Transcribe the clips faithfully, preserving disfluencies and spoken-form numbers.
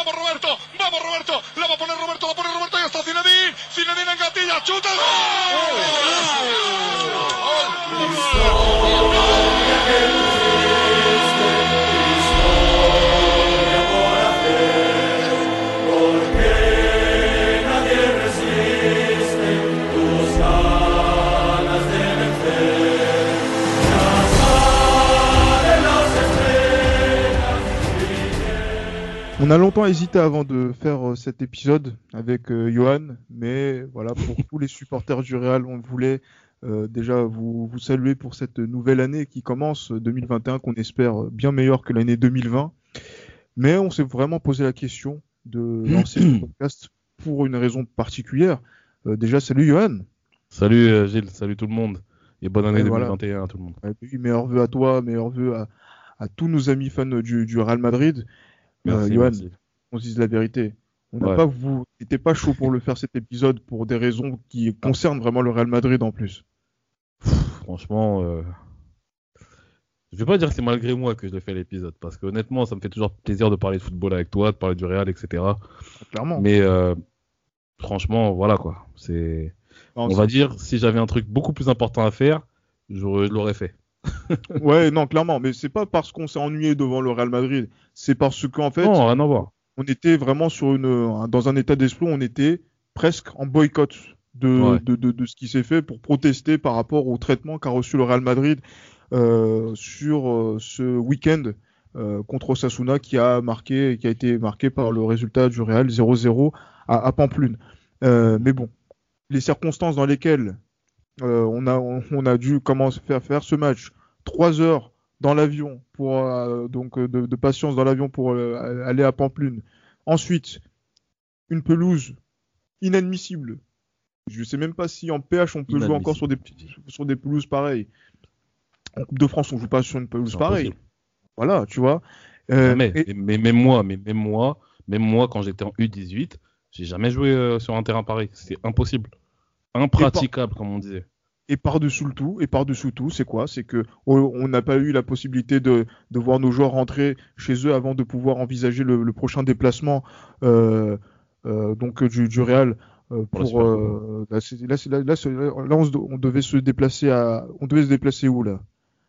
vamos Roberto, vamos Roberto, la va a poner Roberto, la pone Roberto y está Zinedine, Zinedine en gatilla, chuta. On a longtemps hésité avant de faire euh, cet épisode avec euh, Johan, mais voilà, pour tous les supporters du Real, on voulait euh, déjà vous, vous saluer pour cette nouvelle année qui commence, deux mille vingt et un, qu'on espère bien meilleure que l'année deux mille vingt. Mais on s'est vraiment posé la question de lancer le podcast pour une raison particulière. Euh, déjà, salut Johan. Salut euh, Gilles, salut tout le monde. Et bonne année Ouais, deux mille voilà. vingt et un à tout le monde. Et puis, meilleurs vœux à toi, meilleurs vœux à, à tous nos amis fans du, du Real Madrid. Merci, Euh, Johan, merci. on se dise la vérité. On n'a Ouais. pas vous n'était pas chaud pour le faire cet épisode pour des raisons qui concernent vraiment le Real Madrid en plus. Franchement, euh... je vais pas dire que c'est malgré moi que je l'ai fait l'épisode, parce que honnêtement, ça me fait toujours plaisir de parler de football avec toi, de parler du Real, et cetera. Clairement. Mais euh, franchement, voilà quoi. C'est, Non, on c'est- va dire, si j'avais un truc beaucoup plus important à faire, j'aurais- je l'aurais fait. Ouais, non, clairement. Mais c'est pas parce qu'on s'est ennuyé devant le Real Madrid. C'est parce qu'en fait, Non, rien à voir. on était vraiment sur une, dans un état d'esprit, on était presque en boycott de, Ouais. de, de, de ce qui s'est fait pour protester par rapport au traitement qu'a reçu le Real Madrid euh, sur euh, ce week-end euh, contre Osasuna qui a marqué, qui a été marqué par le résultat du Real zéro zéro à, à Pamplune. Euh, mais bon, les circonstances dans lesquelles euh, on a, on, on a dû commencer à faire, faire ce match, trois heures dans l'avion pour euh, donc euh, de, de patience dans l'avion pour euh, aller à Pamplune. Ensuite, une pelouse inadmissible. Je sais même pas si en P H on peut jouer encore sur des sur des pelouses pareilles. En Coupe de France, on joue pas sur une pelouse C'est pareille. impossible. Voilà, tu vois. Euh, mais, et- mais même moi, mais même moi, même moi, quand j'étais en U dix-huit, j'ai jamais joué euh, sur un terrain pareil. C'est impossible, impraticable, comme on disait. Et par-dessous le tout, et par-dessous tout, c'est quoi? C'est que oh, on n'a pas eu la possibilité de, de voir nos joueurs rentrer chez eux avant de pouvoir envisager le, le prochain déplacement euh, euh, donc du, du Real euh, Pour la pour Super euh, là, c'est- là, c'est- là, là, c'est- là, on, se- on devait se déplacer à on devait se déplacer où là?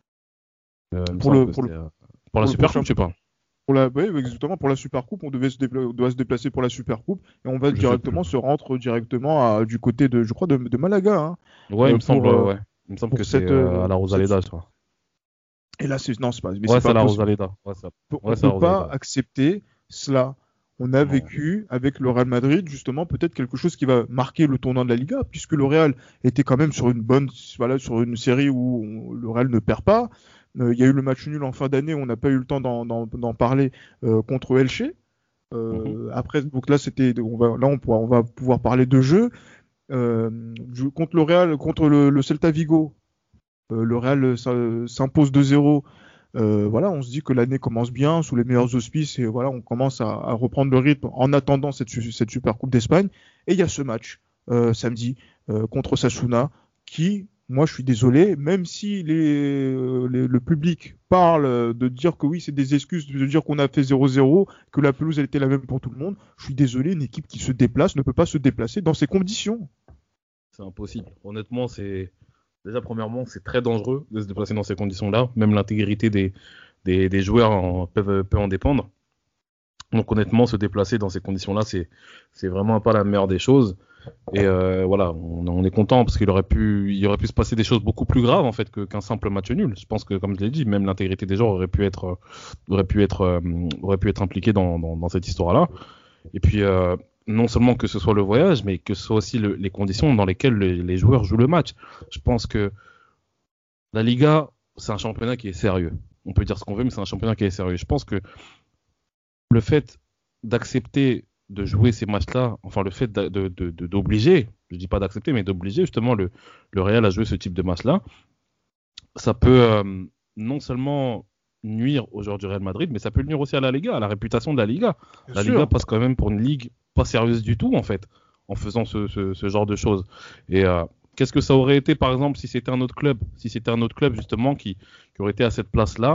Euh, il me Pour semble le- que pour le- c'était, euh, pour la pour le Super prochain- Coupe, je sais pas. Pour la, oui, exactement, pour la Super Coupe, on devait se, dépla- on doit se déplacer pour la Super Coupe et on va Je sais directement se rendre directement à, du côté de, je crois, de, de Malaga. Hein. Ouais, Euh, il me pour, semble, euh, ouais. Il me semble pour que cette, c'est euh, euh, à la Rosaleda, cette- je crois. Et là, c'est non, c'est pas, mais Ouais, c'est c'est pas à la possible. Rosaleda. Ouais, ça. On Ouais, ne c'est à peut pas Rosaleda. accepter cela. On a Non. vécu avec le Real Madrid justement peut-être quelque chose qui va marquer le tournant de la Liga, puisque le Real était quand même sur une bonne, voilà, sur une série où on- le Real ne perd pas. Euh, Il y a eu le match nul en fin d'année, on n'a pas eu le temps d'en, d'en- d'en parler euh, contre Elche. Euh, Après, donc là, c'était, on va, là, on, pourra, on va pouvoir parler de jeu. Euh, du- contre le Real, contre le, le Celta Vigo, euh, le Real euh, s- s'impose deux zéro. Euh, voilà, on se dit que l'année commence bien, sous les meilleurs auspices, et voilà, on commence à, à reprendre le rythme en attendant cette, su- cette Super Coupe d'Espagne. Et il y a ce match euh, samedi euh, contre Osasuna, qui, moi, je suis désolé, même si les, euh, les- le public parle euh, de dire que oui, c'est des excuses, de dire qu'on a fait zéro zéro, que la pelouse elle était la même pour tout le monde, je suis désolé, une équipe qui se déplace ne peut pas se déplacer dans ces conditions. C'est impossible. Honnêtement, c'est déjà premièrement, c'est très dangereux de se déplacer dans ces conditions-là. Même l'intégrité des, des, des joueurs en, peuvent, peut en dépendre. Donc honnêtement, se déplacer dans ces conditions-là, c'est c'est vraiment pas la meilleure des choses. Et euh, voilà, on, on est content parce qu'il aurait pu, il aurait pu se passer des choses beaucoup plus graves en fait que, qu'un simple match nul. Je pense que, comme je l'ai dit, même l'intégrité des joueurs aurait pu être, euh, aurait pu être, euh, aurait pu être impliquée dans, dans, dans cette histoire-là. Et puis, euh, non seulement que ce soit le voyage, mais que ce soit aussi le, les conditions dans lesquelles les, les joueurs jouent le match. Je pense que la Liga, c'est un championnat qui est sérieux. On peut dire ce qu'on veut, mais c'est un championnat qui est sérieux. Je pense que le fait d'accepter de jouer ces matchs-là, enfin le fait de, de, de, de, d'obliger, je dis pas d'accepter, mais d'obliger justement le, le Real à jouer ce type de match-là, ça peut euh, non seulement nuire aux joueurs du Real Madrid, mais ça peut nuire aussi à la Liga, à la réputation de la Liga. Bien La sûr. Liga passe quand même pour une ligue pas sérieuse du tout en fait, en faisant ce, ce, ce genre de choses. Et euh, qu'est-ce que ça aurait été par exemple si c'était un autre club, si c'était un autre club justement qui, qui aurait été à cette place-là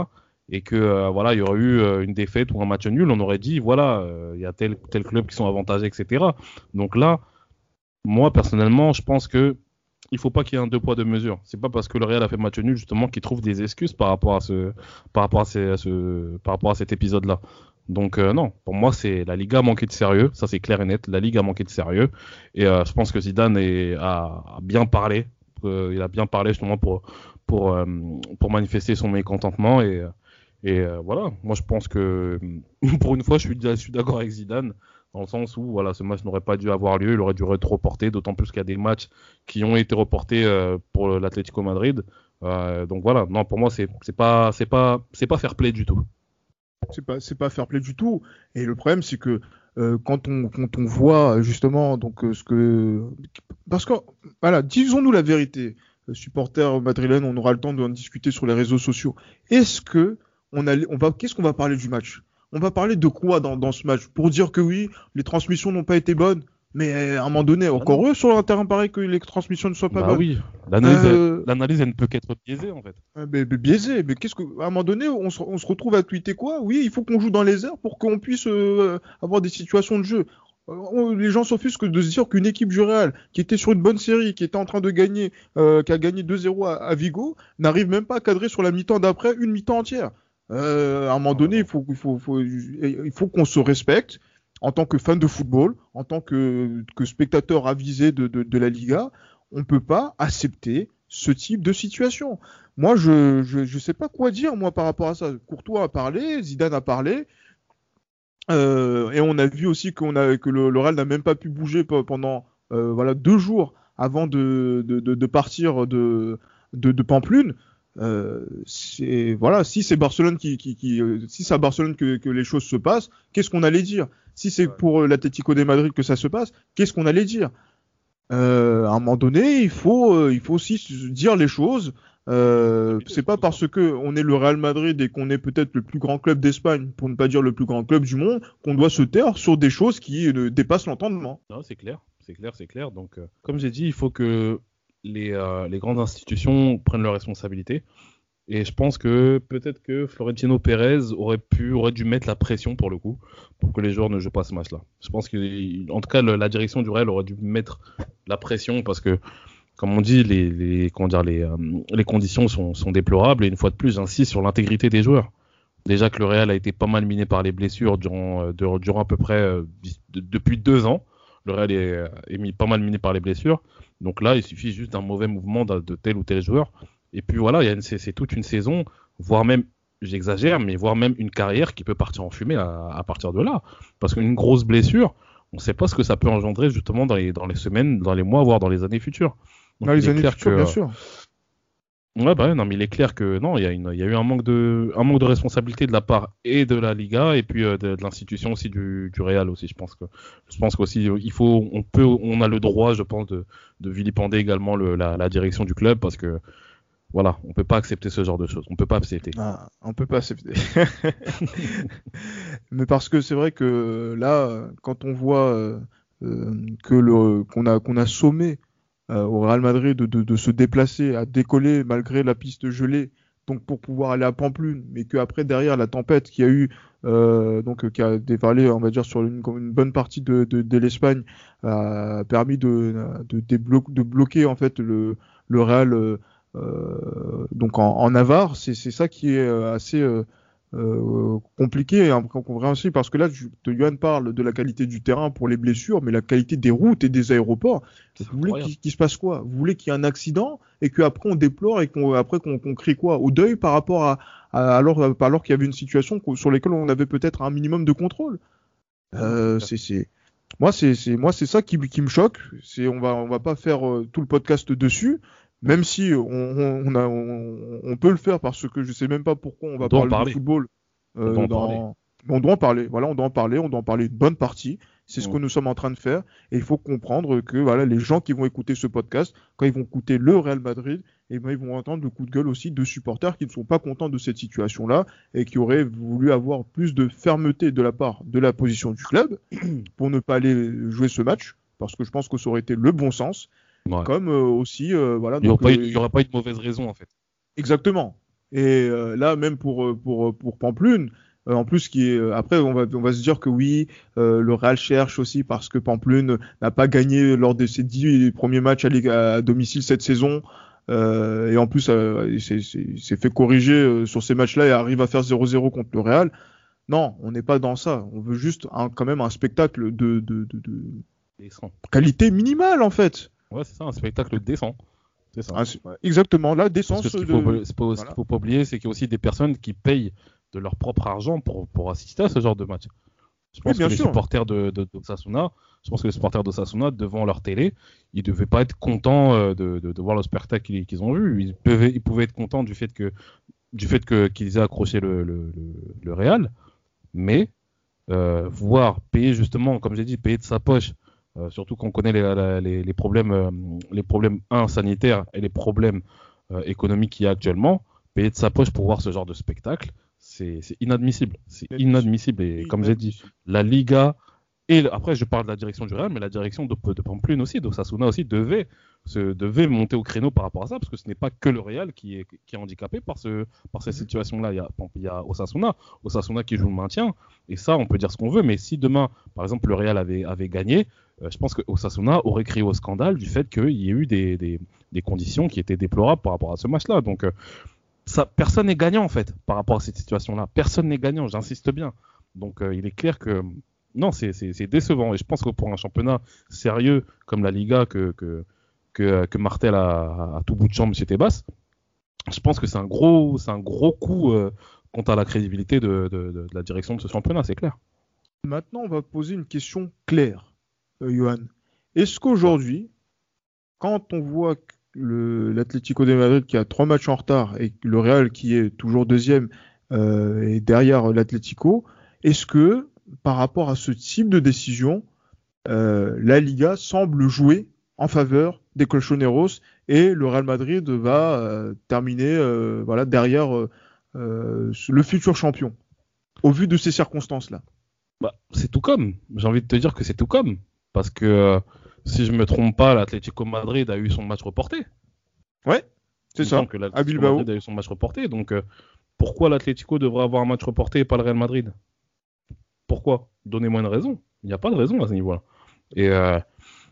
et que euh, voilà, il y aurait eu euh, une défaite ou un match nul, on aurait dit voilà, euh, il y a tel tel club qui sont avantagés, et cetera. Donc là, moi personnellement, je pense que il faut pas qu'il y ait un deux poids deux mesures. C'est pas parce que le Real a fait match nul justement qu'il trouve des excuses par rapport à ce par rapport à, ces, à ce par rapport à cet épisode-là. Donc euh, non, pour moi c'est la Liga a manqué de sérieux, ça c'est clair et net. La Ligue a manqué de sérieux et euh, je pense que Zidane est, a, a bien parlé, euh, il a bien parlé justement pour pour euh, pour manifester son mécontentement et et euh, voilà. Moi je pense que pour une fois je suis je suis d'accord avec Zidane dans le sens où voilà ce match n'aurait pas dû avoir lieu, il aurait dû être reporté, d'autant plus qu'il y a des matchs qui ont été reportés euh, pour l'Atlético Madrid. Euh, donc voilà, non pour moi c'est c'est pas c'est pas c'est pas fair play du tout. C'est pas, c'est pas fair play du tout. Et le problème, c'est que euh, quand on, quand on voit justement donc euh, ce que, parce que voilà, disons-nous la vérité, euh, supporters madrilènes, on aura le temps d'en discuter sur les réseaux sociaux. Est-ce que on a, on va, qu'est-ce qu'on va parler du match? On va parler de quoi dans, dans ce match? Pour dire que oui, les transmissions n'ont pas été bonnes. Mais à un moment donné, encore eux sur un terrain pareil que les transmissions ne soient pas Bah bonnes. oui, l'analyse, Euh, elle, l'analyse elle ne peut qu'être biaisée en fait. Euh, Mais, mais biaisé, mais qu'est-ce que, à un moment donné, on se, on se retrouve à tweeter quoi? Oui, il faut qu'on joue dans les airs pour qu'on puisse euh, avoir des situations de jeu. Euh, on- les gens s'offusquent de se dire qu'une équipe du Real, qui était sur une bonne série, qui était en train de gagner, euh, qui a gagné deux zéro à, à Vigo, n'arrive même pas à cadrer sur la mi-temps d'après une mi-temps entière. Euh, à un moment donné, il faut, il faut, faut- il faut qu'on se respecte en tant que fan de football, en tant que, que spectateur avisé de, de, de la Liga. On peut pas accepter ce type de situation. Moi, je, je je sais pas quoi dire moi par rapport à ça. Courtois a parlé, Zidane a parlé, euh, et on a vu aussi qu'on a que le, le Real n'a même pas pu bouger pe- pendant euh, voilà deux jours avant de de, de, de partir de de, de Pamplune. Euh, c'est voilà, si c'est Barcelone qui qui, qui euh, si c'est à Barcelone que, que les choses se passent, qu'est-ce qu'on allait dire? Si c'est Ouais. pour euh, l'Atlético de Madrid que ça se passe, qu'est-ce qu'on allait dire? Euh, à un moment donné, il faut, euh, il faut aussi se dire les choses. Euh, c'est pas parce que on est le Real Madrid et qu'on est peut-être le plus grand club d'Espagne, pour ne pas dire le plus grand club du monde, qu'on doit se taire sur des choses qui euh, dépassent l'entendement. Non, c'est clair, c'est clair, c'est clair. Donc, euh, comme j'ai dit, il faut que les, euh, les grandes institutions prennent leurs responsabilités. Et je pense que peut-être que Florentino Pérez aurait pu, aurait dû mettre la pression pour le coup, pour que les joueurs ne jouent pas ce match-là. Je pense que, en tout cas, le- la direction du Real aurait dû mettre la pression parce que, comme on dit, les, les, comment dire, les, euh, les conditions sont, sont déplorables. Et une fois de plus, j'insiste sur l'intégrité des joueurs. Déjà que le Real a été pas mal miné par les blessures durant, euh, de- durant à peu près euh, de- depuis deux ans. Le Real est, euh, est mis pas mal miné par les blessures. Donc là, il suffit juste d'un mauvais mouvement de, de tel ou tel joueur. Et puis voilà, il y a une- c'est, c'est toute une saison, voire même, j'exagère, mais voire même une carrière qui peut partir en fumée à, à partir de là. Parce qu'une grosse blessure, on ne sait pas ce que ça peut engendrer justement dans les, dans les semaines, dans les mois, voire dans les années futures. Donc, Dans il les est années clair futures, que, bien sûr. Ouais, bah ouais, non, mais il est clair que non, il y a, une, il y a eu un manque de, un manque de responsabilité de la part et de la Liga et puis euh, de, de l'institution aussi du, du Real aussi. Je pense que, je pense qu'aussi il faut, on peut, on a le droit, je pense, de, de vilipender également le, la, la direction du club parce que voilà, on peut pas accepter ce genre de choses. On peut pas accepter. Ah, on peut pas accepter. Mais parce que c'est vrai que là, quand on voit euh, euh, que le qu'on a qu'on a sommé euh, au Real Madrid de, de, de se déplacer, à décoller malgré la piste gelée, donc pour pouvoir aller à Pamplune, mais qu'après derrière la tempête qui a eu euh, donc euh, qui a dévalé, on va dire sur une, une bonne partie de, de, de l'Espagne, a permis de de, déblo- de bloquer en fait le le Real. Euh, euh, donc en, en Navarre, c'est c'est ça qui est euh, assez euh, euh, compliqué et incompréhensible parce que là, je- Johan parle de la qualité du terrain pour les blessures, mais la qualité des routes et des aéroports. C'est Vous voulez incroyable. qu'il qu'il se passe quoi? Vous voulez qu'il y ait un accident et qu'après on déplore et qu'on après qu'on qu'on crie quoi? Au deuil par rapport à, à- alors alors qu'il y avait une situation qu'au- sur laquelle on avait peut-être un minimum de contrôle. Ouais, non, Euh, c'est clair. c'est c'est moi c'est c'est moi c'est ça qui qui me choque. C'est on va on va pas faire euh, tout le podcast dessus. Même si on, on, on a, on, on peut le faire parce que je sais même pas pourquoi on On va doit en parler de parler. football On doit euh, en parler. dans... On doit en parler, voilà, on doit en parler, on doit en parler une bonne partie. C'est ce Mm. que nous sommes en train de faire. Et il faut comprendre que voilà, les gens qui vont écouter ce podcast, quand ils vont écouter le Real Madrid, eh ben, ils vont entendre le coup de gueule aussi de supporters qui ne sont pas contents de cette situation-là et qui auraient voulu avoir plus de fermeté de la part de la position du club pour ne pas aller jouer ce match, parce que je pense que ça aurait été le bon sens. Ouais. Comme euh, aussi, euh, voilà, Il n'y aurait donc pas eu, euh, il y aurait pas eu de mauvaise raison en fait. exactement. Et euh, là, même pour, pour, pour Pamplune, euh, en plus, qui est, après, on va, on va se dire que oui, euh, le Real cherche aussi parce que Pamplune n'a pas gagné lors de ses dix premiers matchs à, à domicile cette saison. Euh, et en plus, euh, il s'est, il s'est fait corriger euh, sur ces matchs-là et arrive à faire zéro zéro contre le Real. Non, on n'est pas dans ça. On veut juste un, quand même un spectacle de, de, de, de Décent. qualité minimale, en fait. Ouais, c'est ça, un spectacle décent. C'est ça. Ah, c'est- exactement, là, Parce décence que ce qu'il de... faut, pas- c'est pas- ce Voilà. qu'il faut pas oublier, c'est qu'il y a aussi des personnes qui payent de leur propre argent pour, pour assister à ce genre de match. Je pense Oui, bien que les sûr. supporters de, de, d'Osasuna, je pense que les supporters d'Osasuna, devant leur télé, ils devaient pas être contents euh, de, de, de voir le spectacle qu'ils, qu'ils ont vu. Ils pouvaient, ils pouvaient être contents du fait que, du fait que, qu'ils aient accroché le, le, le, le Real, mais euh, voir payer justement, comme j'ai dit, payer de sa poche, euh, surtout qu'on connaît les, les, les problèmes, euh, les problèmes un, sanitaires et les problèmes euh, économiques qu'il y a actuellement, payer de sa poche pour voir ce genre de spectacle, c'est, c'est inadmissible. C'est inadmissible. Et comme j'ai dit, la Liga, et le- après je parle de la direction du Real, mais la direction de, de Pamplune aussi, d'Osasuna aussi, devait, se, devait monter au créneau par rapport à ça, parce que ce n'est pas que le Real qui est, qui est handicapé par, ce, par cette situation-là. Il y a, il y a Osasuna, Osasuna qui joue le maintien, et ça, on peut dire ce qu'on veut, mais si demain, par exemple, le Real avait, avait gagné, euh, je pense que Osasuna aurait crié au scandale du fait qu'il y ait eu des, des, des conditions qui étaient déplorables par rapport à ce match-là. Donc, euh, ça, personne n'est gagnant en fait par rapport à cette situation-là. Personne n'est gagnant, j'insiste bien. Donc euh, il est clair que non, c'est, c'est, c'est décevant. Et je pense que pour un championnat sérieux comme la Liga que, que, que, que Martel a à tout bout de champ, M. Tebas, je pense que c'est un gros, c'est un gros coup euh, quant à la crédibilité de, de, de, de la direction de ce championnat, c'est clair. Maintenant, on va poser une question claire, euh, Johan. Est-ce qu'aujourd'hui, quand on voit que le, l'Atlético de Madrid qui a trois matchs en retard et le Real qui est toujours deuxième euh, et derrière l'Atlético, est-ce que par rapport à ce type de décision, euh, la Liga semble jouer en faveur des Colchoneros et le Real Madrid va euh, terminer euh, voilà, derrière euh, euh, le futur champion, au vu de ces circonstances-là? Bah, c'est tout comme. J'ai envie de te dire que c'est tout comme. Parce que euh, si je me trompe pas, l'Atlético Madrid a eu son match reporté. Ouais, c'est Il me ça, semble que à l'Atlético Bilbao. Madrid a eu son match reporté. Donc euh, pourquoi l'Atlético devrait avoir un match reporté et pas le Real Madrid? Pourquoi? Donnez-moi une raison. Il n'y a pas de raison à ce niveau-là. Et, euh,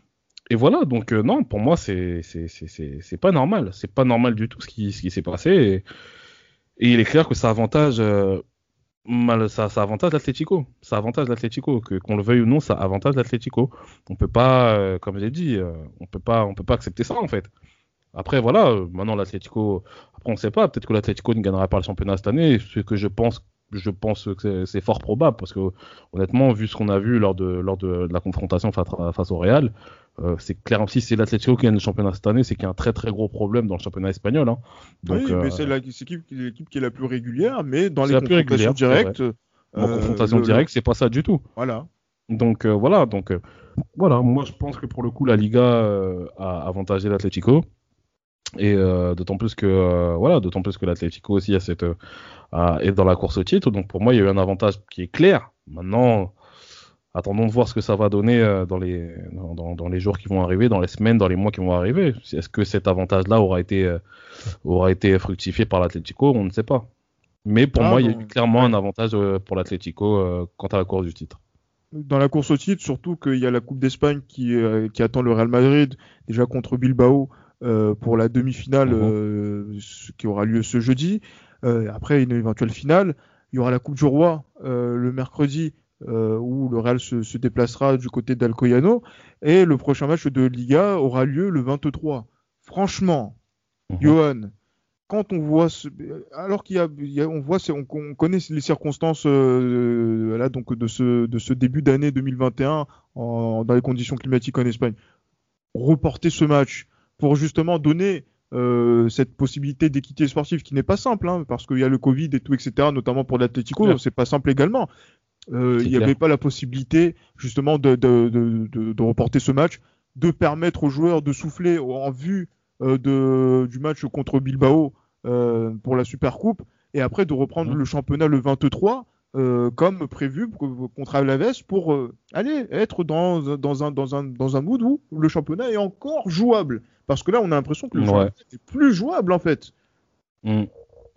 et voilà, donc euh, non, pour moi, c'est, c'est, c'est, c'est, c'est pas normal. C'est pas normal du tout ce qui, ce qui s'est passé. Et, et il est clair que ça avantage, euh, mal, ça, ça avantage l'Atlético. Ça avantage l'Atlético. Que, qu'on le veuille ou non, ça avantage l'Atlético. On peut pas, euh, comme j'ai dit, euh, on peut pas, on peut pas accepter ça en fait. Après, voilà, euh, maintenant l'Atlético, après on sait pas, peut-être que l'Atlético ne gagnera pas le championnat cette année, ce que je pense je pense que c'est, c'est fort probable parce que honnêtement, vu ce qu'on a vu lors de, lors de, de la confrontation face, face au Real, euh, c'est clair. Si c'est l'Atlético qui gagne le championnat cette année, c'est qu'il y a un très très gros problème dans le championnat espagnol. Hein. Donc, oui, euh, mais c'est la, c'est l'équipe, l'équipe qui est la plus régulière, mais dans c'est les la plus confrontations régulière, directes. en euh, confrontation le- directe, c'est pas ça du tout. Voilà. Donc euh, voilà, donc euh, voilà, moi je pense que pour le coup la Liga euh, a avantagé l'Atlético et euh, d'autant plus que euh, voilà, d'autant plus que l'Atlético aussi a cette euh, a- est dans la course au titre. Donc pour moi il y a eu un avantage qui est clair. Maintenant, attendons de voir ce que ça va donner euh, dans les dans, dans, dans les jours qui vont arriver, dans les semaines, dans les mois qui vont arriver. Est-ce que cet avantage-là aura été euh, aura été fructifié par l'Atlético? On ne sait pas. Mais pour Ah, moi, il y a non. eu clairement Ouais. un avantage euh, pour l'Atlético euh, quant à la course du titre. Dans la course au titre, surtout qu'il y a la Coupe d'Espagne qui, euh, qui attend le Real Madrid, déjà contre Bilbao, euh, pour la demi-finale Mhm. euh, ce- qui aura lieu ce jeudi. Euh, après une éventuelle finale, il y aura la Coupe du Roi euh, le mercredi, euh, où le Real se, se déplacera du côté d'Alcoyano. Et le prochain match de Liga aura lieu le vingt-trois. Franchement, Mhm. Johan, quand on voit ce... alors qu'il y a, il y a- on voit c'est- on, on connaît les circonstances euh, là donc de ce de ce début d'année deux mille vingt et un en- dans les conditions climatiques en Espagne, reporter ce match pour justement donner euh, cette possibilité d'équité sportive qui n'est pas simple, hein, parce qu'il y a le Covid et tout, et cetera, notamment pour l'Atlético, Clair. c'est pas simple également. Euh, C'est il n'y clair. avait pas la possibilité justement de, de, de, de, de reporter ce match, de permettre aux joueurs de souffler en vue euh, de, du match contre Bilbao euh, pour la Supercoupe, et après de reprendre Mhm. le championnat le vingt-trois euh, comme prévu pour- contre Alaves pour euh, aller être dans, dans, un, dans, un, dans un mood où le championnat est encore jouable. Parce que là, on a l'impression que le Ouais. championnat est plus jouable en fait. Mm.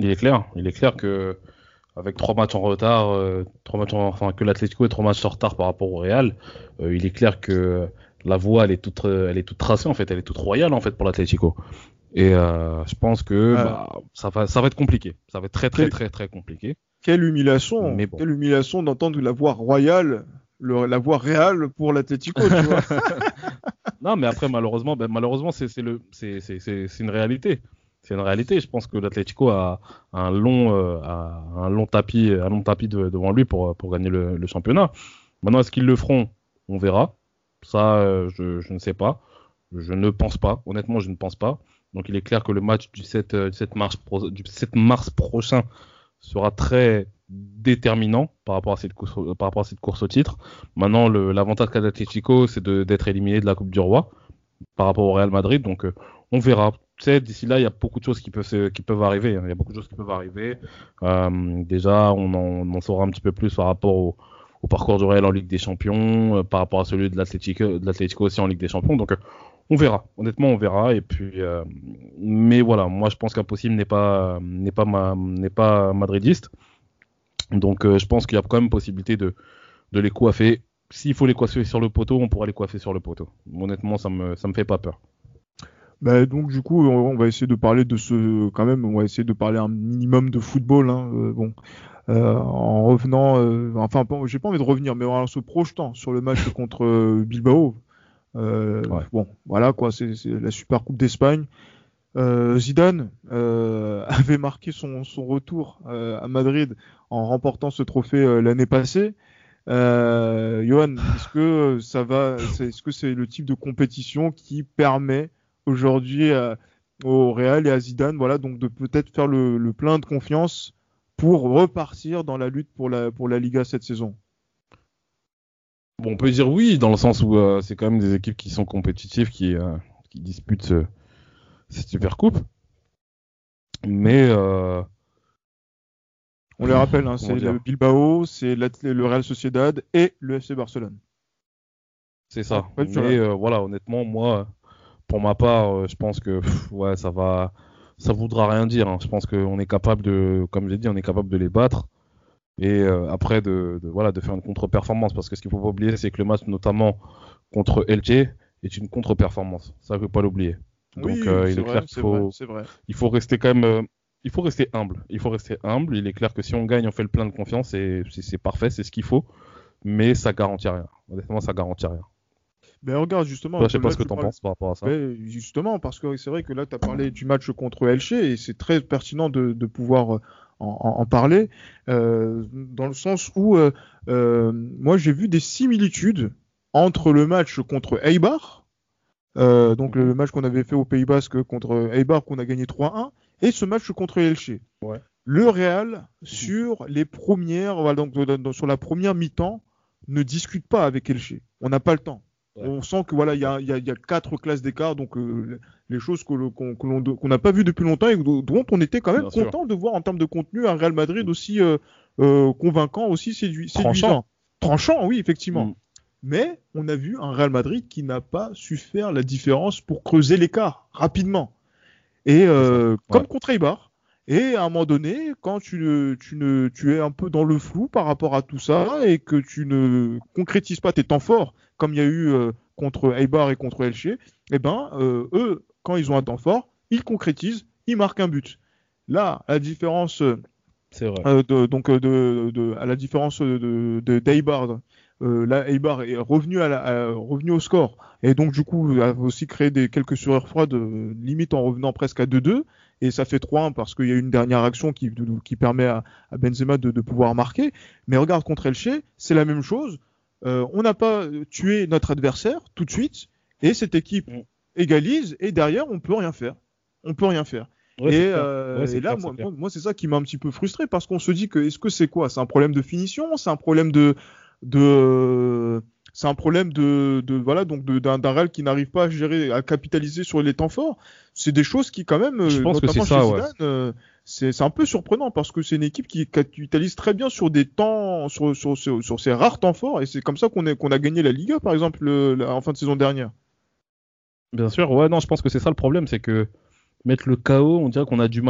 Il est clair, il est clair que avec trois matchs en retard, euh, trois matchs en- enfin que l'Atlético ait trois matchs en retard par rapport au Real, euh, il est clair que la voie elle est toute, euh, elle est toute tracée en fait, elle est toute royale en fait pour l'Atlético. Et euh, je pense que Euh, bah, ça va, ça va être compliqué, ça va être très très quelle, très très compliqué. quelle humiliation, Mais bon. quelle humiliation d'entendre la voix royale, le- la voix réelle pour l'Atlético, tu vois. Non, mais après malheureusement, ben, malheureusement c'est c'est le, c'est c'est c'est c'est une réalité. C'est une réalité. Je pense que l'Atlético a un long, euh, a un long tapis, un long tapis de- devant lui pour pour gagner le, le championnat. Maintenant, est-ce qu'ils le feront? On verra. Ça, euh, je, je ne sais pas. Je ne pense pas. Honnêtement, je ne pense pas. Donc, il est clair que le match du sept, euh, du sept mars, pro- du sept mars prochain sera très déterminant par rapport à cette course, au- par rapport à cette course au titre. Maintenant, le- l'avantage qu'a l'Atlético, c'est de- d'être éliminé de la Coupe du Roi par rapport au Real Madrid. Donc, euh, on verra. Tu sais, d'ici là, il y a beaucoup de choses qui peuvent, se- qui peuvent arriver. hein. Il y a beaucoup de choses qui peuvent arriver. Euh, déjà, on en, on en saura un petit peu plus par rapport au, au parcours du Real en Ligue des Champions, euh, par rapport à celui de l'Atlético, de l'Atlético aussi en Ligue des Champions. Donc, euh, on verra. Honnêtement, on verra. Et puis, euh, mais voilà, moi, je pense qu'impossible n'est pas, n'est pas, ma, n'est pas madridiste. Donc, euh, je pense qu'il y a quand même possibilité de, de les coiffer. S'il faut les coiffer sur le poteau, on pourra les coiffer sur le poteau. Honnêtement, ça me, ça me fait pas peur. Bah, donc du coup, on on va essayer de parler de ce, quand même, on va essayer de parler un minimum de football. Hein, euh, bon, Euh, en revenant, euh, enfin, pas- j'ai pas envie de revenir, mais en se projetant sur le match contre euh, Bilbao. Euh, Ouais. bon, voilà quoi, c'est c'est la Super Coupe d'Espagne. Euh, Zidane euh, avait marqué son, son retour euh, à Madrid en remportant ce trophée euh, l'année passée. Euh, Johan, est-ce que ça va, c'est- est-ce que c'est le type de compétition qui permet aujourd'hui euh, au Real et à Zidane, voilà, donc de peut-être faire le, le plein de confiance pour repartir dans la lutte pour la pour la Liga cette saison? Bon, on peut dire oui, dans le sens où euh, c'est quand même des équipes qui sont compétitives, qui, euh, qui disputent ce- cette Super Coupe. Mais euh, On les rappelle, hein, comment c'est le dire? Bilbao, c'est l'Ath- le Real Sociedad et le F C Barcelone. C'est ça. Après, tu Mais euh, voilà, honnêtement, moi, pour ma part, euh, je pense que pff, ouais, ça va, ça voudra rien dire. hein. Je pense qu'on est capable de, comme j'ai dit, on est capable de les battre. Et euh, après, de, de- voilà, de faire une contre-performance. Parce que ce qu'il faut pas oublier, c'est que le match, notamment contre Elche, est une contre-performance. Ça, il ne faut pas l'oublier. Donc, oui, euh, il c'est est clair vrai, qu'il c'est vrai, faut, c'est vrai. il faut rester quand même, euh, il faut rester humble. Il faut rester humble. Il est clair que si on gagne, on fait le plein de confiance et c'est c'est parfait, c'est ce qu'il faut. Mais ça garantit rien. Honnêtement, ça garantit rien. Ben regarde justement, Toi, je sais comme pas là ce que tu t'en parles. penses par rapport à ça. Ben, justement, parce que c'est vrai que là tu as parlé du match contre Elche et c'est très pertinent de, de pouvoir euh, en, en- en parler, euh, dans le sens où euh, euh, moi j'ai vu des similitudes entre le match contre Eibar, euh, donc le Mhm. match qu'on avait fait au Pays Basque contre Eibar qu'on a gagné trois un, et ce match contre Elche. Ouais. Le Real, Mhm. sur les premières, voilà, donc, de- de- sur la première mi-temps, ne discute pas avec Elche. On n'a pas le temps. Ouais. On sent que voilà, il y a, il y a- il y a quatre classes d'écart, donc euh, les choses que le- qu'on que l'on- qu'on n'a pas vues depuis longtemps et dont dont on était quand même Bien sûr. content de voir en termes de contenu un Real Madrid aussi euh, euh, convaincant, aussi sédu- séduisant. Tranchant, oui, effectivement. Mm. Mais on a vu un Real Madrid qui n'a pas su faire la différence pour creuser l'écart rapidement. Et euh, Ouais. comme contre Eibar. Et à un moment donné, quand tu, ne, tu, ne, tu es un peu dans le flou par rapport à tout ça et que tu ne concrétises pas tes temps forts, comme il y a eu euh, contre Eibar et contre Elche, eh ben, euh, eux, quand ils ont un temps fort, ils concrétisent, ils marquent un but. Là, la différence C'est vrai. euh, de, donc euh, de, de, à la différence de, de d'Eibar, euh, là Eibar est revenu à la, à- revenu au score et donc du coup a aussi créé des quelques sueurs froides, euh, limite en revenant presque à deux deux, et ça fait trois un parce qu'il y a une dernière action qui, de- qui permet à, à Benzema de, de pouvoir marquer. Mais regarde contre Elche, c'est la même chose. Euh, on n'a pas tué notre adversaire tout de suite et cette équipe Mm. égalise et derrière on peut rien faire. On peut rien faire. Ouais, Et, c'est clair. euh, Ouais, c'est et là, clair, c'est moi, clair. moi, moi, c'est ça qui m'a un petit peu frustré parce qu'on se dit que est-ce que c'est quoi? C'est un problème de finition? C'est un problème de, de, c'est un problème de, de voilà, donc de- d'un d'un Real qui n'arrive pas à gérer, à capitaliser sur les temps forts. C'est des choses qui, quand même, Je euh, pense que notamment c'est chez ça, ouais. Zidane, euh, c'est c'est un peu surprenant parce que c'est une équipe qui capitalise très bien sur des temps, sur, sur, sur, sur ces rares temps forts et c'est comme ça qu'on est, qu'on a gagné la Liga, par exemple, le- la- en fin de saison dernière. Bien sûr, ouais, non, je pense que c'est ça le problème, c'est que mettre le chaos, on dirait qu'on a du mal.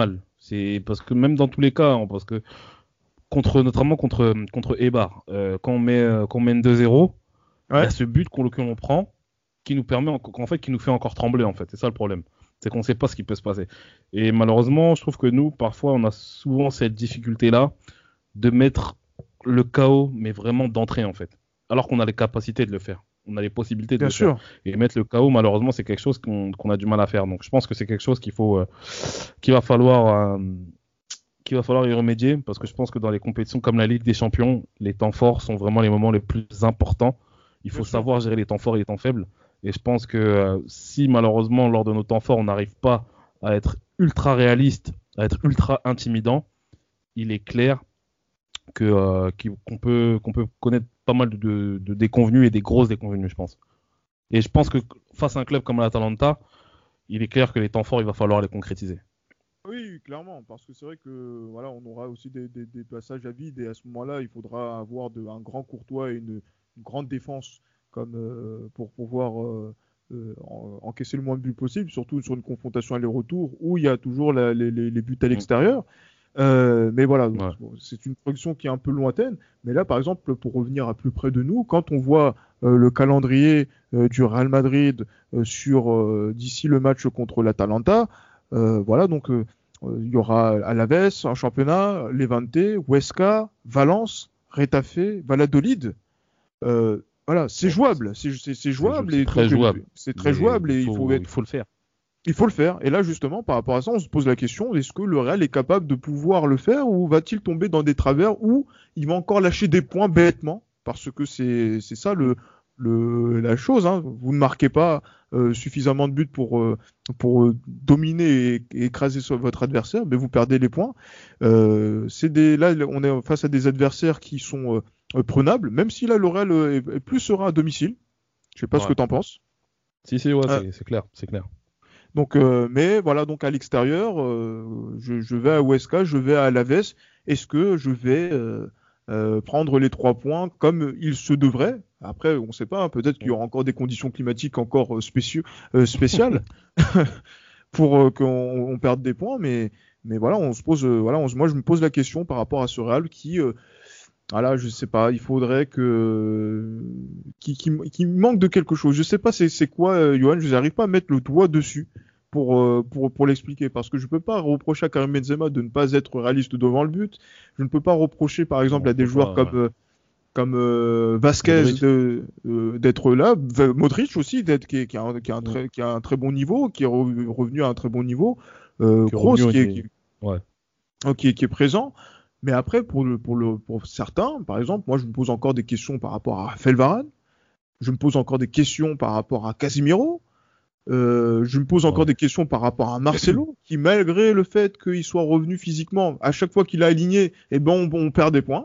C'est parce que même dans tous les cas, hein, parce que contre, notamment contre, contre Eibar, euh, quand on met, euh, quand on mène deux zéro, il Ouais. y a ce but qu'on, qu'on prend qui nous permet, en, en fait, qui nous fait encore trembler, en fait. C'est ça le problème. C'est qu'on ne sait pas ce qui peut se passer. Et malheureusement, je trouve que nous, parfois, on a souvent cette difficulté-là de mettre le chaos, mais vraiment d'entrée, en fait. Alors qu'on a les capacités de le faire. On a les possibilités de Bien le sûr. faire. Et mettre le chaos, malheureusement, c'est quelque chose qu'on, qu'on a du mal à faire. Donc, je pense que c'est quelque chose qu'il faut, euh, qu'il va falloir, euh, qu'il va falloir y remédier, parce que je pense que dans les compétitions comme la Ligue des Champions, les temps forts sont vraiment les moments les plus importants. Il faut Bien sûr. savoir gérer les temps forts et les temps faibles. Et je pense que euh, si malheureusement, lors de nos temps forts, on n'arrive pas à être ultra réaliste, à être ultra intimidant, il est clair que, euh, qu'on peut, qu'on peut connaître pas mal de, de, de déconvenues et des grosses déconvenues, je pense. Et je pense que face à un club comme l'Atalanta, il est clair que les temps forts, il va falloir les concrétiser. Oui, clairement, parce que c'est vrai que voilà, on aura aussi des, des- des passages à vide et à ce moment-là, il faudra avoir de, un grand Courtois et une, une grande défense comme euh, pour pouvoir euh, euh, en- encaisser le moins de buts possible, surtout sur une confrontation aller-retour où il y a toujours la- les, les- les buts à Mm. l'extérieur. Euh, mais voilà, donc, Ouais. bon, c'est une production qui est un peu lointaine. Mais là, par exemple, pour revenir à plus près de nous, quand on voit euh, le calendrier euh, du Real Madrid euh, sur euh, d'ici le match contre l'Atalanta, euh, voilà, donc euh, euh, il y aura Alaves en championnat, Levante, Huesca, Valence, Retafe, Valladolid. Euh, voilà, c'est Bon, jouable, c'est c'est- c'est c'est, jouable c'est et très donc euh, jouable, c'est très mais jouable il et il faut faut, être il faut le faire. il faut le faire. Et là, justement, par rapport à ça, on se pose la question, est-ce que le Real est capable de pouvoir le faire ou va-t-il tomber dans des travers où il va encore lâcher des points bêtement? Parce que c'est c'est ça le, le, la chose. Hein. Vous ne marquez pas euh, suffisamment de buts pour, euh, pour euh, dominer et, et écraser sur votre adversaire, mais vous perdez les points. Euh, c'est des, là, on est face à des adversaires qui sont euh, euh, prenables, même si là, le Real euh, est, est plus serein à domicile. Je sais pas ce Ouais. que tu en penses. Si, si, ouais, Euh, c'est, c'est clair, c'est clair. Donc, euh, mais voilà, donc à l'extérieur, euh, je, je vais à Huesca, je vais à Alaves. Est-ce que je vais euh, euh, prendre les trois points comme il se devrait? Après, on ne sait pas, hein, peut-être qu'il y aura encore des conditions climatiques encore euh, spéciaux- euh, spéciales pour euh, qu'on on perde des points, mais, mais voilà, on se pose, euh, voilà, on se- moi je me pose la question par rapport à ce Real qui, euh, voilà, je sais pas, il faudrait que qui, qui, qui manque de quelque chose. Je sais pas c'est c'est quoi, euh, Johan, je n'arrive pas à mettre le doigt dessus pour euh, pour pour l'expliquer parce que je peux pas reprocher à Karim Benzema de ne pas être réaliste devant le but. Je ne peux pas reprocher par exemple Non, à des faut joueurs pas, comme ouais. euh, comme euh, Vasquez Modric. de, euh, d'être là, V- Modric aussi d'être qui est, qui a un, qui a un Mm. très qui a un très bon niveau, qui est re- revenu à un très bon niveau. Euh, Qui est Kroos revenu, qui est, qui qui, est- ouais. hein, qui est, qui est présent. Mais après, pour, le, pour, le, pour certains, par exemple, moi, je me pose encore des questions par rapport à Raphaël Varane. Je me pose encore des questions par rapport à Casemiro. Euh, je me pose encore Ouais. des questions par rapport à Marcelo, qui, malgré le fait qu'il soit revenu physiquement, à chaque fois qu'il a aligné, eh ben, on, on perd des points.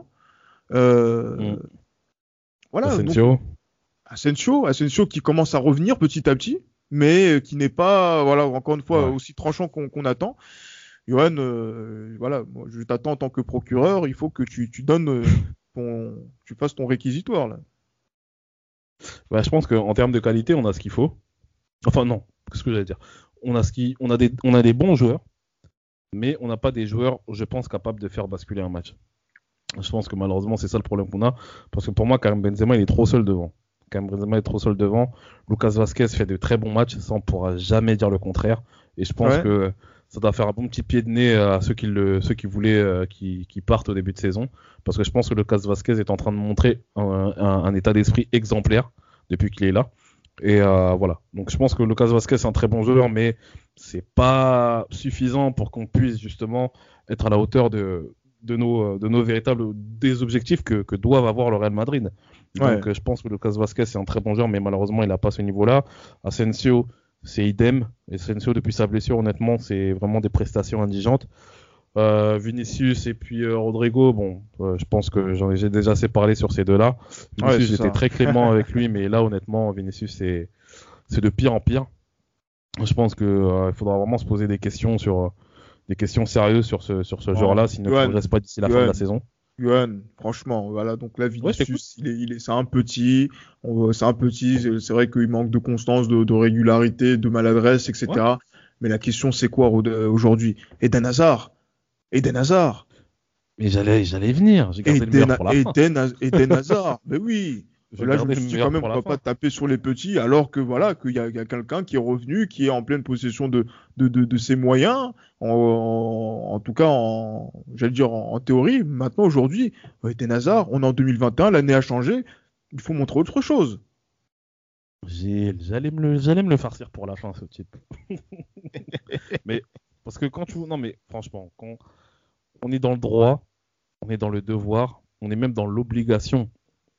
Euh, Mm. voilà, donc Asensio. Asensio, Asensio qui commence à revenir petit à petit, mais qui n'est pas, voilà, encore une fois, Ouais. aussi tranchant qu'on qu'on attend. Johan, euh, voilà, moi, je t'attends en tant que procureur, il faut que tu, tu donnes euh, ton, tu fasses ton réquisitoire là. Bah, je pense qu'en termes de qualité, on a ce qu'il faut. Enfin, non, qu'est-ce que j'allais dire? On a, ce qui... on, a des... on a des bons joueurs, mais on n'a pas des joueurs, je pense, capables de faire basculer un match. Je pense que malheureusement, c'est ça le problème qu'on a. Parce que pour moi, Karim Benzema, il est trop seul devant. Karim Benzema est trop seul devant. Lucas Vasquez fait de très bons matchs, ça on pourra jamais dire le contraire. Et je pense Ouais, que ça doit faire un bon petit pied de nez à ceux qui, le, ceux qui voulaient euh, qui, qui partent au début de saison. Parce que je pense que Lucas Vasquez est en train de montrer un, un, un état d'esprit exemplaire depuis qu'il est là. Et euh, voilà. Donc je pense que Lucas Vasquez est un très bon joueur, mais c'est pas suffisant pour qu'on puisse justement être à la hauteur de, de, nos, de nos véritables des objectifs que, que doivent avoir le Real Madrid. ouais, Donc euh, je pense que Lucas Vasquez est un très bon joueur, mais malheureusement il n'a pas ce niveau-là. Asensio, c'est idem. Et Asensio, depuis sa blessure, honnêtement, c'est vraiment des prestations indigentes. Euh, Vinicius et puis euh, Rodrigo, bon, euh, je pense que j'en ai j'ai déjà assez parlé sur ces deux-là. ouais, Vinicius, c'est j'étais ça. très clément avec lui, mais là, honnêtement, Vinicius, c'est c'est de pire en pire. Je pense que euh, il faudra vraiment se poser des questions sur euh, des questions sérieuses sur ce sur ce Non, joueur-là s'il ne Johan, progresse pas d'ici la fin de Johan, la saison. Johan, franchement, voilà, donc là, Ouais, je t'écoute. Vinicius, il est, il est, c'est un petit, on- c'est un petit, c'est c'est vrai qu'il manque de constance, de, de régularité, de maladresse, Ouais. et cetera. Mais la question, c'est quoi au- aujourd'hui? Eden Hazard, Eden Hazard. Mais j'allais, j'allais y venir. J'ai gardé le meilleur Eden, pour la fin. Eden, Eden Hazard. Mais oui. J'ai Là, je me gardé le suis dit meilleur quand même, pour on la va fin. pas taper sur les petits, alors que voilà, qu'il y a, il y a quelqu'un qui est revenu, qui est en pleine possession de, de, de, de ses moyens, en, en, en tout cas, en, j'allais dire en, en théorie. Maintenant, aujourd'hui, Eden Hazard, on est en deux mille vingt et un, l'année a changé, il faut montrer autre chose. J'ai- J'allais me le, j'allais me le farcir pour la fin, ce type. Mais parce que quand tu, non mais franchement, quand on est dans le droit, on est dans le devoir, on est même dans l'obligation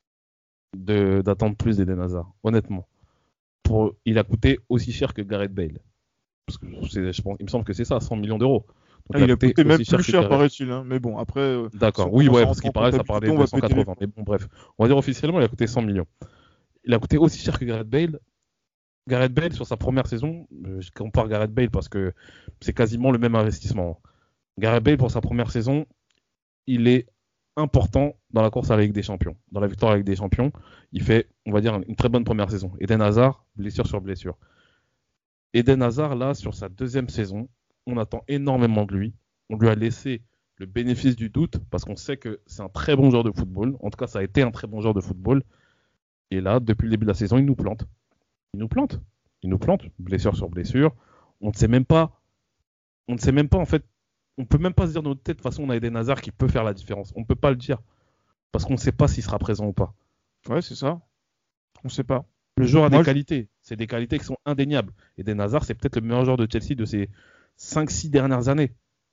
de d'attendre plus d'Eden Hazard. Honnêtement, pour, il a coûté aussi cher que Gareth Bale. Parce que c'est- je pense, il me semble que c'est ça, cent millions d'euros. Donc Ah, il a coûté même aussi cher plus que cher, Gareth- paraît-il, hein. Mais bon, après, euh, si D'accord, on oui, commence ouais, à parce rentrer qu'il en paraît, ça parlait comptabilité, on de va péter les cent quatre-vingts. Mais bon, bref, on va dire officiellement, il a coûté cent millions. Il a coûté aussi cher que Gareth Bale. Gareth Bale, sur sa première saison, euh, je compare Gareth Bale parce que c'est quasiment le même investissement. Gareth Bale, pour sa première saison, il est important dans la course à la Ligue des Champions. Dans la victoire à la Ligue des Champions, il fait, on va dire, une très bonne première saison. Eden Hazard, blessure sur blessure. Eden Hazard, là, sur sa deuxième saison, on attend énormément de lui. On lui a laissé le bénéfice du doute parce qu'on sait que c'est un très bon joueur de football. En tout cas, ça a été un très bon joueur de football. Et là, depuis le début de la saison, il nous plante. Il nous plante. Il nous plante, blessure sur blessure. On ne sait même pas. On ne sait même pas, en fait. On peut même pas se dire dans notre tête, de toute façon, on a Eden Hazard qui peut faire la différence. On ne peut pas le dire. Parce qu'on ne sait pas s'il sera présent ou pas. ouais, c'est ça. On sait pas. Le joueur a Moi, des je- qualités. C'est des qualités qui sont indéniables. Eden Hazard, c'est peut-être le meilleur joueur de Chelsea de ces cinq six dernières années.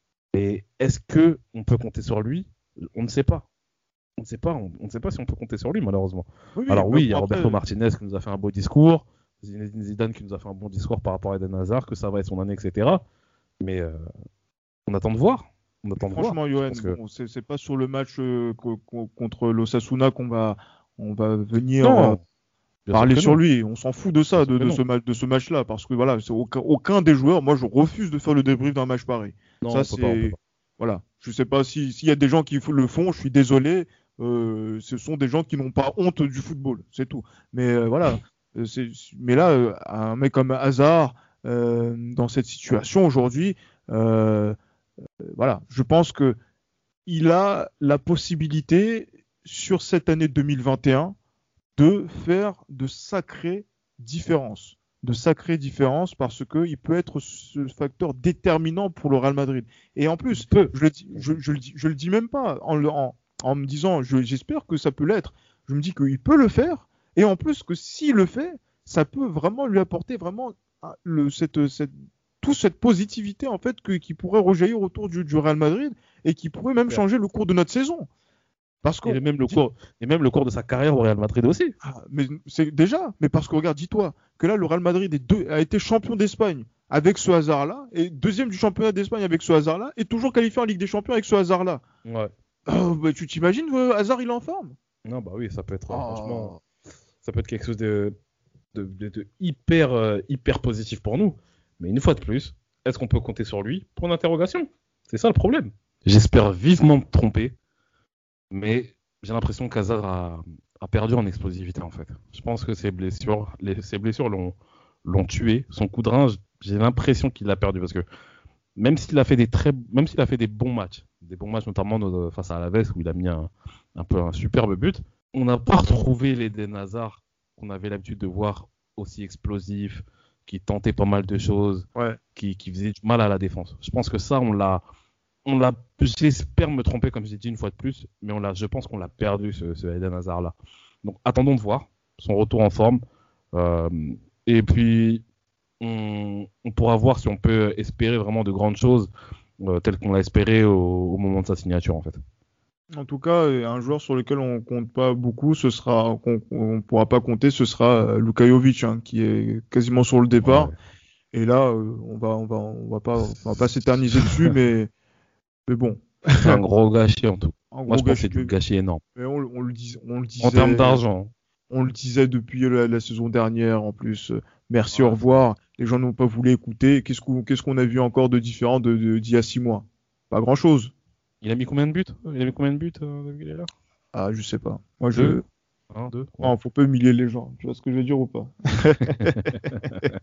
Et est-ce que on peut compter sur lui? On ne sait pas. On ne sait pas. On on ne sait pas si on peut compter sur lui, malheureusement. Oui, oui, Alors mais oui, il y a bon, après, Roberto Martinez qui nous a fait un beau discours. Zinedine Zidane qui nous a fait un bon discours par rapport à Eden Hazard, que ça va être son année, et cetera. Mais euh, on attend de voir. On attend de voir. franchement, Je Johan, pense que... bon, c'est c'est pas sur le match euh, co- co- contre l'Osasuna qu'on va, on va venir Non, euh, bien sûr parler que sur non. lui. On s'en fout de ça, Bien sûr de, que de non. ce match, de ce match-là, parce que voilà, c'est aucun, aucun des joueurs. Moi, je refuse de faire le débrief d'un match pareil. Non, Ça, on peut pas, on peut c'est pas. voilà. Je sais pas si s'il y a des gens qui le font, je suis désolé. Euh, ce sont des gens qui n'ont pas honte du football, c'est tout. Mais euh, voilà. Euh, c'est- Mais là, euh, un mec comme Hazard, euh, dans cette situation aujourd'hui, euh, voilà, je pense que il a la possibilité sur cette année deux mille vingt et un de faire de sacrées différences. De sacrées différences parce qu'il peut être ce facteur déterminant pour le Real Madrid. Et en plus, Peu. je le dis, je, je le dis, je le dis même pas en, le- en, en me disant, je- j'espère que ça peut l'être. Je me dis qu'il peut le faire. Et en plus, que s'il le fait, ça peut vraiment lui apporter vraiment ah, le, cette, cette, toute cette positivité en fait que, qui pourrait rejaillir autour du, du Real Madrid et qui pourrait même Ouais. changer le cours de notre saison. Parce que Et même le cours, et même le cours de sa carrière au Real Madrid aussi. ah, mais c'est déjà, mais parce que regarde, dis-toi que là, le Real Madrid est deux- a été champion d'Espagne avec ce hasard-là, et deuxième du championnat d'Espagne avec ce hasard-là, et toujours qualifié en Ligue des Champions avec ce hasard-là. Ouais. Oh, bah, tu t'imagines, euh, Hazard, il est en forme. Non, bah oui, ça peut être, euh, Oh. franchement, ça peut être quelque chose de, de, de- de hyper, euh, hyper positif pour nous. Mais une fois de plus, est-ce qu'on peut compter sur lui? Point d'interrogation. C'est ça le problème. J'espère vivement me tromper, mais j'ai l'impression qu'Hazard a, a perdu en explosivité en fait. Je pense que ses blessures, les, ses blessures l'ont, l'ont tué. Son coup de rein, j'ai l'impression qu'il l'a perdu parce que même s'il a fait des très, même s'il a fait des bons matchs, des bons matchs notamment euh, face à Alaves où il a mis un, un peu un superbe but, on n'a pas retrouvé l'Eden Hazard qu'on avait l'habitude de voir aussi explosif, qui tentait pas mal de choses, Ouais. qui, qui faisait du mal à la défense. Je pense que ça, on l'a, on l'a, j'espère me tromper comme j'ai dit une fois de plus, mais on l'a, je pense qu'on l'a perdu ce, ce Eden Hazard là. Donc attendons de voir son retour en forme, euh, et puis on, on pourra voir si on peut espérer vraiment de grandes choses, euh, telles qu'on l'a espéré au, au moment de sa signature en fait. En tout cas, euh, un joueur sur lequel on compte pas beaucoup, ce sera, qu'on on pourra pas compter, ce sera euh, Luka Jovic, hein, qui est quasiment sur le départ. Ouais. Et là, euh, on va, on va, on va pas, on va pas s'éterniser dessus, mais, mais bon, C'est un gros gâchis en tout. en Moi gros je pense que gâchis. c'est du gâchis énorme. Mais on, on le dis, on le disait. En termes d'argent. On le disait depuis la, la saison dernière, en plus. Euh, merci, Ouais. au revoir. Les gens n'ont pas voulu écouter. Qu'est-ce qu'on qu'est-ce qu'on a vu encore de différent de, de- d'il y a six mois? Pas grand-chose. Il a mis combien de buts? Il a mis combien de buts euh, depuis qu'il est là? Ah, je sais pas. Moi, je. Deux. Un, deux, trois. Non, faut pas humilier les gens. Tu vois ce que je veux dire ou pas?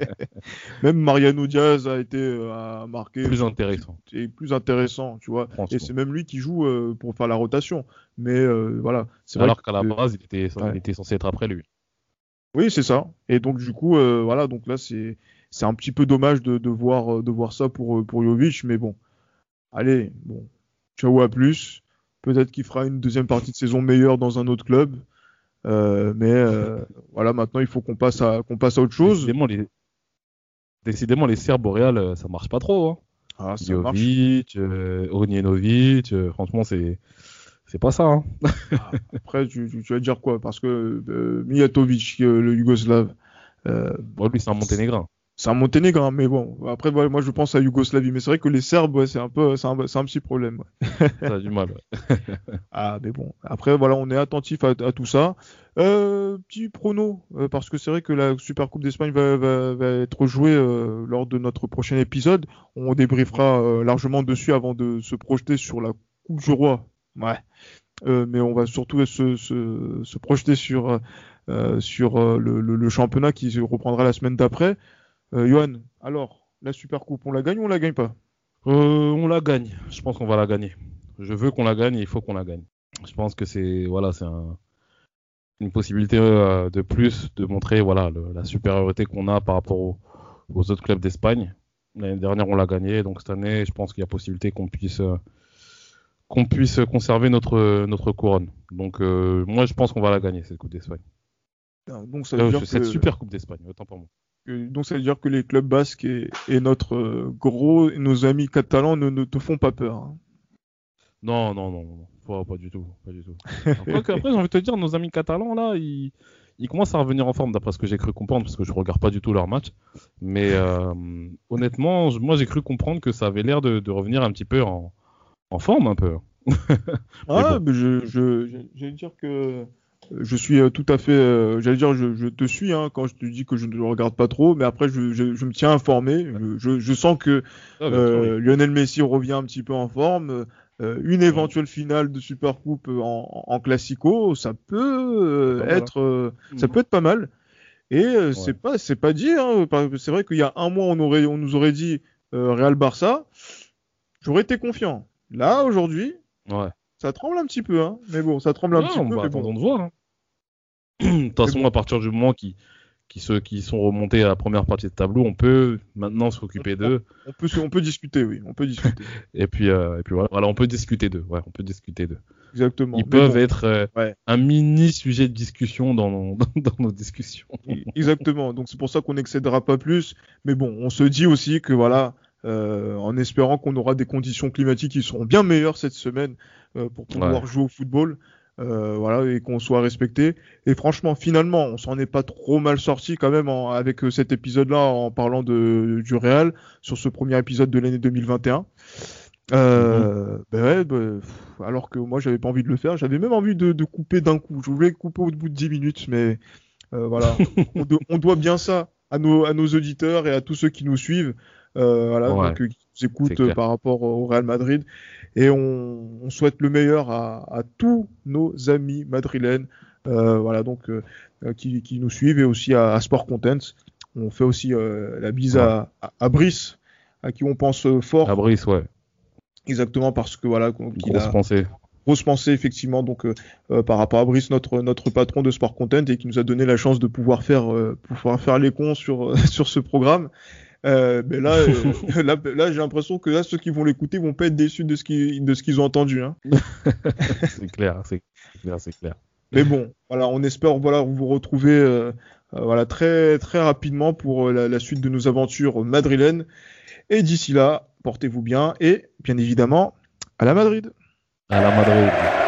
Même Mariano Diaz a été euh, a marqué Plus intéressant. et plus intéressant, tu vois. Et c'est même lui qui joue euh, pour faire la rotation. Mais euh, voilà, c'est Alors vrai qu'à la que, base, il était, ouais. il était censé être après lui. Oui, c'est ça. Et donc du coup, euh, voilà, donc là c'est c'est un petit peu dommage de, de voir de voir ça pour pour Jovic, mais bon, allez, bon, ciao à plus. Peut-être qu'il fera une deuxième partie de saison meilleure dans un autre club. Euh, mais euh, voilà, maintenant il faut qu'on passe à qu'on passe à autre chose. Décidément, les, Décidément, les Serbes au Real, ça marche pas trop. Hein. Ah, ça Jovic, euh, Onjenovic, euh, franchement, c'est c'est pas ça. Hein. Ah, après, tu, tu, tu vas dire quoi? Parce que euh, Mijatovic, euh, le Yougoslave, euh, Bon, lui, c'est un Monténégrin. c'est un Monténégrin, mais bon. Après, voilà, moi, je pense à Yougoslavie, mais c'est vrai que les Serbes, ouais, c'est un peu, c'est un, c'est un petit problème. Ouais. Ça a du mal. Ouais. Ah, mais bon. Après, voilà, on est attentif à, à tout ça. Euh, petit prono, euh, parce que c'est vrai que la Super Coupe d'Espagne va, va, va être jouée euh, lors de notre prochain épisode. On débriefera euh, largement dessus avant de se projeter sur la Coupe du Roi. Ouais. Euh, mais on va surtout se, se, se projeter sur, euh, sur euh, le, le, le championnat qui reprendra la semaine d'après. Euh, Johan, alors, la Super Coupe, on la gagne ou on la gagne pas? Euh, on la gagne. Je pense qu'on va la gagner. Je veux qu'on la gagne et il faut qu'on la gagne. Je pense que c'est voilà, c'est un, une possibilité euh, de plus de montrer voilà le, la supériorité qu'on a par rapport aux, aux autres clubs d'Espagne. L'année dernière, on l'a gagné, donc cette année, je pense qu'il y a possibilité qu'on puisse euh, qu'on puisse conserver notre notre couronne. Donc euh, moi, je pense qu'on va la gagner cette Coupe d'Espagne. Donc ça veut Euh, dire cette que, super Coupe d'Espagne, autant pour moi. que- donc ça veut dire que les clubs basques et, et notre euh, gros, nos amis catalans ne, ne te font pas peur. Hein. Non, non, non, non, pas, pas du tout, pas du tout. Après, après, j'ai envie de te dire, nos amis catalans là, ils, ils commencent à revenir en forme d'après ce que j'ai cru comprendre, parce que je regarde pas du tout leur match. Mais euh, honnêtement, je- moi j'ai cru comprendre que ça avait l'air de, de revenir un petit peu en, en forme un peu. Ah, bon. mais je, je, je- j'allais dire que je suis euh, tout à fait, euh, j'allais dire, je, je te suis hein, quand je te dis que je ne le regarde pas trop, mais après je, je, je me tiens informé. Je, je, je sens que Ah, bien sûr, oui. euh, Lionel Messi revient un petit peu en forme. Euh, une éventuelle finale de Super Coupe en, en Classico, ça peut euh, Pas mal, hein. être, euh, ça Mhm. peut être pas mal. Et euh, Ouais. c'est pas, c'est pas dit. Hein, parce que c'est vrai qu'il y a un mois, on aurait, on nous aurait dit euh, Real Barça. J'aurais été confiant. Là, aujourd'hui, Ouais. ça tremble un petit peu. Hein. Mais bon, ça tremble un Ouais, petit on peu. va Mais bon. attendons de voir. Hein. De toute façon, bon. à partir du moment qui qui, se, qui sont remontés à la première partie de tableau, on peut maintenant s'occuper d'eux. On peut, se- on peut discuter, oui. On peut discuter. Et puis, euh, et puis voilà. Voilà, on peut discuter d'eux. Ouais, on peut discuter d'eux. Exactement. Ils Mais peuvent bon, être euh, ouais. un mini sujet de discussion dans nos, dans, dans nos discussions. Exactement. Donc c'est pour ça qu'on n'excédera pas plus. Mais bon, on se dit aussi que voilà, euh, en espérant qu'on aura des conditions climatiques qui seront bien meilleures cette semaine euh, pour pouvoir Ouais. jouer au football. Euh, voilà, et qu'on soit respecté. Et franchement, finalement, on s'en est pas trop mal sorti quand même en- avec euh, cet épisode-là en parlant de, du Real sur ce premier épisode de l'année deux mille vingt et un. Euh, ben ouais, ben, pff, alors que moi j'avais pas envie de le faire, j'avais même envie de, de couper d'un coup. Je voulais couper au bout de dix minutes, mais euh, voilà, on, do- on doit bien ça à nos, à nos auditeurs et à tous ceux qui nous suivent, euh, voilà, Ouais, donc euh, qui nous c'est écoutent clair. euh, par rapport au Real Madrid. Et on, on souhaite le meilleur à, à tous nos amis madrilènes, euh, voilà, donc euh, euh, qui, qui nous suivent et aussi à, à Sport Content. On fait aussi euh, la bise Ouais. à, à, à Brice, à qui on pense euh, fort. À Brice, ouais. Exactement parce que voilà qu'il Grosse a pensée. grosse pensée effectivement donc euh, euh, par rapport à Brice, notre notre patron de Sport Content et qui nous a donné la chance de pouvoir faire euh, pouvoir faire les cons sur euh, sur ce programme. Euh, mais là, euh, là là j'ai l'impression que là ceux qui vont l'écouter vont pas être déçus de ce qu'ils de ce qu'ils ont entendu. Hein. C'est clair, c'est clair, c'est clair. Mais bon, voilà, on espère voilà vous retrouver euh, euh, voilà très très rapidement pour euh, la, la suite de nos aventures madrilènes. Et d'ici là, portez-vous bien et bien évidemment à la Madrid. À la Madrid.